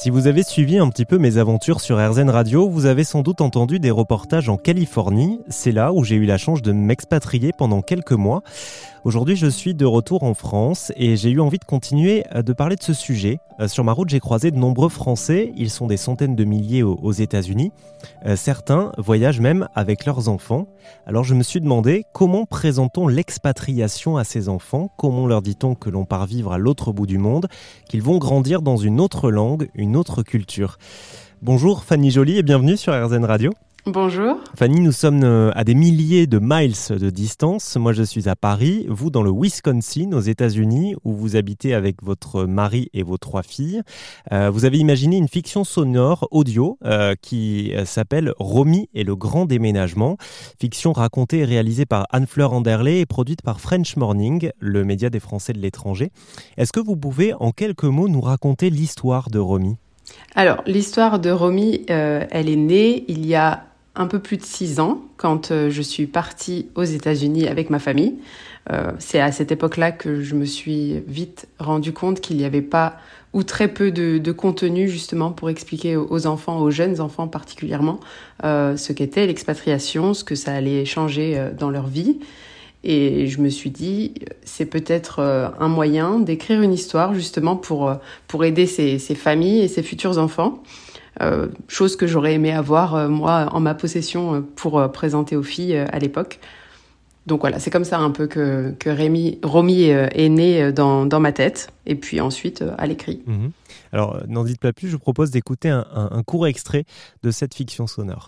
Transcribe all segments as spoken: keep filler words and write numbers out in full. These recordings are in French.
Si vous avez suivi un petit peu mes aventures sur R Z N Radio, vous avez sans doute entendu des reportages en Californie. C'est là où j'ai eu la chance de m'expatrier pendant quelques mois. Aujourd'hui, je suis de retour en France et j'ai eu envie de continuer de parler de ce sujet. Sur ma route, j'ai croisé de nombreux Français. Ils sont des centaines de milliers aux États-Unis. Certains voyagent même avec leurs enfants. Alors je me suis demandé, comment présente-t-on l'expatriation à ces enfants ? Comment leur dit-on que l'on part vivre à l'autre bout du monde, qu'ils vont grandir dans une autre langue, une autre culture ? Bonjour Fanny Joly et bienvenue sur R Z N Radio. Bonjour. Fanny, nous sommes à des milliers de miles de distance. Moi, je suis à Paris, vous dans le Wisconsin, aux États-Unis, où vous habitez avec votre mari et vos trois filles. Euh, vous avez imaginé une fiction sonore audio euh, qui s'appelle Romy et le grand déménagement. Fiction racontée et réalisée par Anne-Fleur Anderley et produite par French Morning, le média des Français de l'étranger. Est-ce que vous pouvez, en quelques mots, nous raconter l'histoire de Romy ? Alors, l'histoire de Romy, euh, elle est née il y a un peu plus de six ans, quand euh, je suis partie aux États-Unis avec ma famille. Euh, c'est à cette époque-là que je me suis vite rendu compte qu'il n'y avait pas ou très peu de, de contenu justement pour expliquer aux enfants, aux jeunes enfants particulièrement, euh, ce qu'était l'expatriation, ce que ça allait changer euh, dans leur vie. Et je me suis dit, c'est peut-être euh, un moyen d'écrire une histoire justement pour, euh, pour aider ces, ces familles et ces futurs enfants. Euh, chose que j'aurais aimé avoir, euh, moi, en ma possession euh, pour euh, présenter aux filles euh, à l'époque. Donc voilà, c'est comme ça un peu que, que Rémi, Romy euh, est née euh, dans, dans ma tête, et puis ensuite euh, à l'écrit. Mmh. Alors, n'en dites pas plus, je vous propose d'écouter un, un, un court extrait de cette fiction sonore.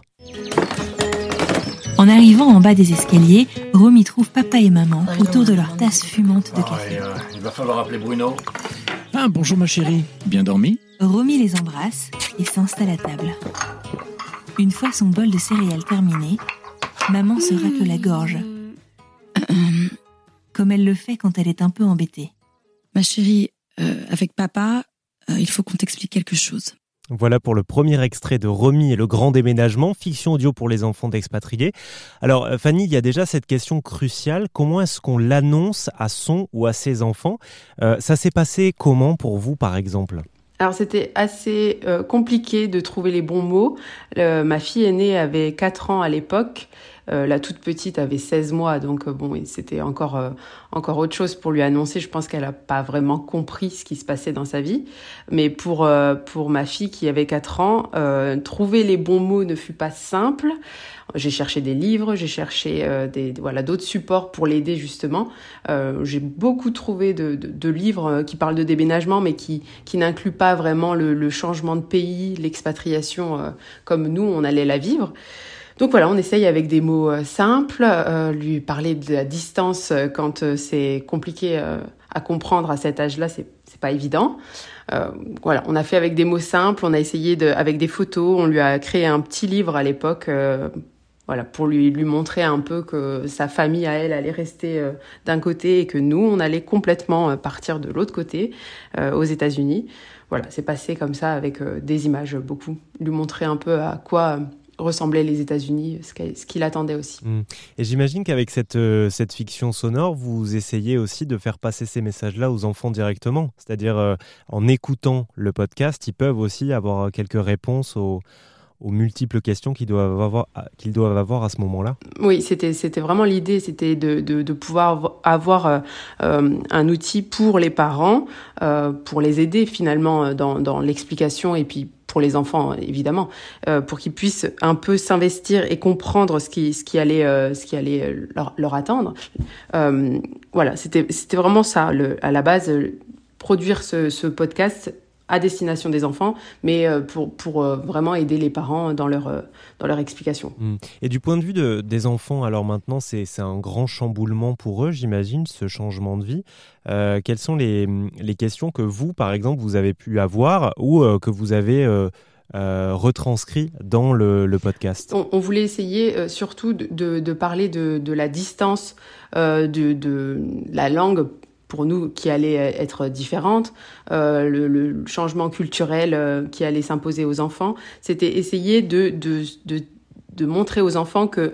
En arrivant en bas des escaliers, Romy trouve papa et maman autour de leur tasse fumante de café. Ah, ouais, euh, il va falloir appeler Bruno. Ah, bonjour ma chérie, bien dormi ? Romy les embrasse et s'installe à table. Une fois son bol de céréales terminé, maman se racle la gorge, comme elle le fait quand elle est un peu embêtée. Ma chérie, euh, avec papa, euh, il faut qu'on t'explique quelque chose. Voilà pour le premier extrait de Romy et le grand déménagement, fiction audio pour les enfants d'expatriés. Alors Fanny, il y a déjà cette question cruciale, comment est-ce qu'on l'annonce à son ou à ses enfants ? euh, Ça s'est passé comment pour vous par exemple ? Alors c'était assez euh, compliqué de trouver les bons mots. Euh, ma fille aînée avait quatre ans à l'époque. Euh, la toute petite avait seize mois, donc euh, bon, c'était encore, euh, encore autre chose pour lui annoncer. Je pense qu'elle n'a pas vraiment compris ce qui se passait dans sa vie. Mais pour, euh, pour ma fille qui avait quatre ans, euh, trouver les bons mots ne fut pas simple. J'ai cherché des livres, j'ai cherché euh, des, voilà, d'autres supports pour l'aider justement. Euh, j'ai beaucoup trouvé de, de, de livres qui parlent de déménagement, mais qui, qui n'incluent pas vraiment le, le changement de pays, l'expatriation euh, comme nous, on allait la vivre. Donc voilà, on essaye avec des mots euh, simples, euh, lui parler de la distance euh, quand euh, c'est compliqué euh, à comprendre à cet âge-là, c'est, c'est pas évident. Euh, voilà, on a fait avec des mots simples, on a essayé de, avec des photos, on lui a créé un petit livre à l'époque, euh, voilà, pour lui, lui montrer un peu que sa famille à elle allait rester euh, d'un côté et que nous, on allait complètement euh, partir de l'autre côté, euh, aux États-Unis. Voilà, c'est passé comme ça avec euh, des images, beaucoup, lui montrer un peu à quoi ressemblaient les États-Unis, ce qu'il attendait aussi. Mmh. Et j'imagine qu'avec cette, euh, cette fiction sonore, vous essayez aussi de faire passer ces messages-là aux enfants directement. C'est-à-dire, euh, en écoutant le podcast, ils peuvent aussi avoir quelques réponses aux, aux multiples questions qu'ils doivent avoir, qu'ils doivent avoir à ce moment-là. Oui, c'était, c'était vraiment l'idée, c'était de, de, de pouvoir avoir euh, euh, un outil pour les parents, euh, pour les aider finalement dans, dans l'explication et puis pour les enfants évidemment, euh, pour qu'ils puissent un peu s'investir et comprendre ce qui, ce qui allait, euh, ce qui allait leur, leur attendre. Euh, voilà, c'était, c'était vraiment ça, le, à la base, produire ce, ce podcast à destination des enfants, mais pour, pour vraiment aider les parents dans leur, dans leur explication. Et du point de vue de, des enfants, alors maintenant, c'est, c'est un grand chamboulement pour eux, j'imagine, ce changement de vie. Euh, quelles sont les, les questions que vous, par exemple, vous avez pu avoir ou euh, que vous avez euh, euh, retranscrit dans le, le podcast ? On, on voulait essayer euh, surtout de, de, de parler de, de la distance, euh, de, de la langue, pour nous, qui allait être différente, euh, le, le changement culturel euh, qui allait s'imposer aux enfants. C'était essayer de, de, de, de montrer aux enfants que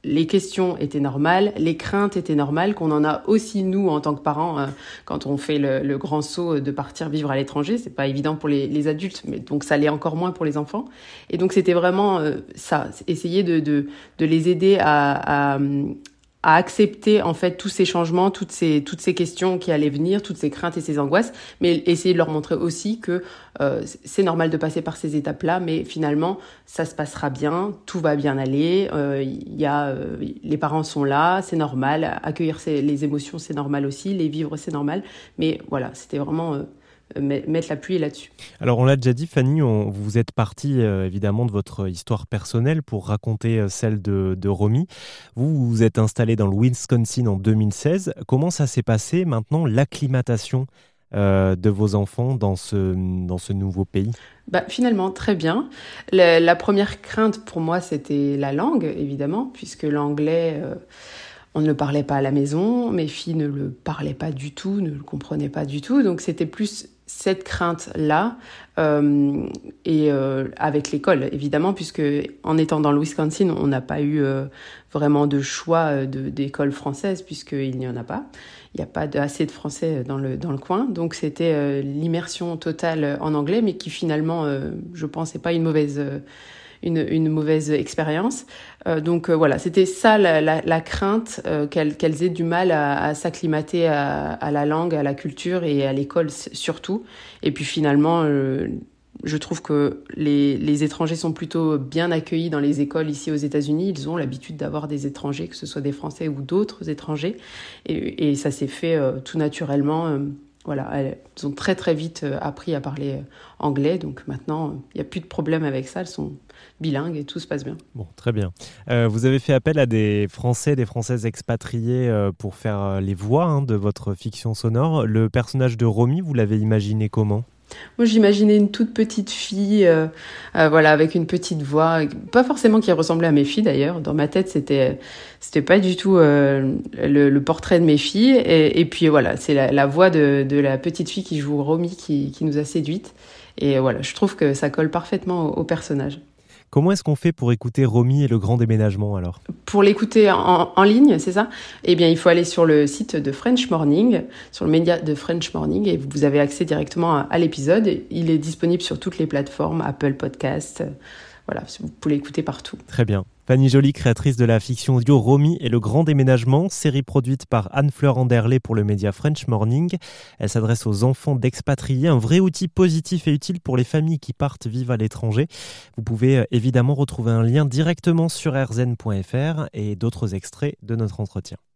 les questions étaient normales, les craintes étaient normales, qu'on en a aussi nous en tant que parents euh, quand on fait le, le grand saut de partir vivre à l'étranger. C'est pas évident pour les, les adultes, mais donc ça l'est encore moins pour les enfants. Et donc c'était vraiment euh, ça, essayer de, de, de les aider à, à, à accepter en fait tous ces changements, toutes ces toutes ces questions qui allaient venir, toutes ces craintes et ces angoisses, mais essayer de leur montrer aussi que euh, c'est normal de passer par ces étapes-là, mais finalement ça se passera bien, tout va bien aller. Il euh, y a euh, les parents sont là, c'est normal. Accueillir ces, les émotions, c'est normal aussi. Les vivre, c'est normal. Mais voilà, c'était vraiment euh, mettre l'appui là-dessus. Alors on l'a déjà dit, Fanny, on, vous êtes partie euh, évidemment de votre histoire personnelle pour raconter euh, celle de, de Romy. Vous vous êtes installée dans le Wisconsin en deux mille seize. Comment ça s'est passé maintenant, l'acclimatation euh, de vos enfants dans ce, dans ce nouveau pays ? Bah, finalement, très bien. La, la première crainte pour moi, c'était la langue, évidemment, puisque l'anglais... Euh, on ne le parlait pas à la maison, mes filles ne le parlaient pas du tout, ne le comprenaient pas du tout, donc c'était plus cette crainte-là, euh, et euh, avec l'école, évidemment, puisque en étant dans le Wisconsin, on n'a pas eu euh, vraiment de choix de, d'école française, puisqu'il n'y en a pas. Il n'y a pas de, assez de français dans le, dans le coin, donc c'était euh, l'immersion totale en anglais, mais qui finalement, euh, je pense, n'est pas une mauvaise... Euh, Une, une mauvaise expérience. Euh, donc euh, voilà, c'était ça la, la, la crainte, euh, qu'elles, qu'elles aient du mal à, à s'acclimater à, à la langue, à la culture et à l'école surtout. Et puis finalement, euh, je trouve que les, les étrangers sont plutôt bien accueillis dans les écoles ici aux États-Unis. Ils ont l'habitude d'avoir des étrangers, que ce soit des Français ou d'autres étrangers. Et, et ça s'est fait euh, tout naturellement. Euh, Voilà, elles ont très très vite appris à parler anglais, donc maintenant il n'y a plus de problème avec ça, elles sont bilingues et tout se passe bien. Bon, très bien. Euh, vous avez fait appel à des Français, des Françaises expatriés euh, pour faire les voix hein, de votre fiction sonore. Le personnage de Romy, vous l'avez imaginé comment ? Moi, j'imaginais une toute petite fille, euh, euh, voilà, avec une petite voix, pas forcément qui ressemblait à mes filles d'ailleurs. Dans ma tête, c'était, c'était pas du tout euh, le, le portrait de mes filles. Et, et puis voilà, c'est la, la voix de, de la petite fille qui joue Romy qui, qui nous a séduites. Et voilà, je trouve que ça colle parfaitement au, au personnage. Comment est-ce qu'on fait pour écouter Romy et le grand déménagement alors ? Pour l'écouter en, en ligne, c'est ça ? Eh bien, il faut aller sur le site de French Morning, sur le média de French Morning, et vous avez accès directement à, à l'épisode. Il est disponible sur toutes les plateformes, Apple Podcast. Voilà, vous pouvez l'écouter partout. Très bien. Fanny Joly, créatrice de la fiction audio Romy et le grand déménagement, série produite par Anne-Fleur Anderley pour le média French Morning. Elle s'adresse aux enfants d'expatriés, un vrai outil positif et utile pour les familles qui partent vivre à l'étranger. Vous pouvez évidemment retrouver un lien directement sur r zen point f r et d'autres extraits de notre entretien.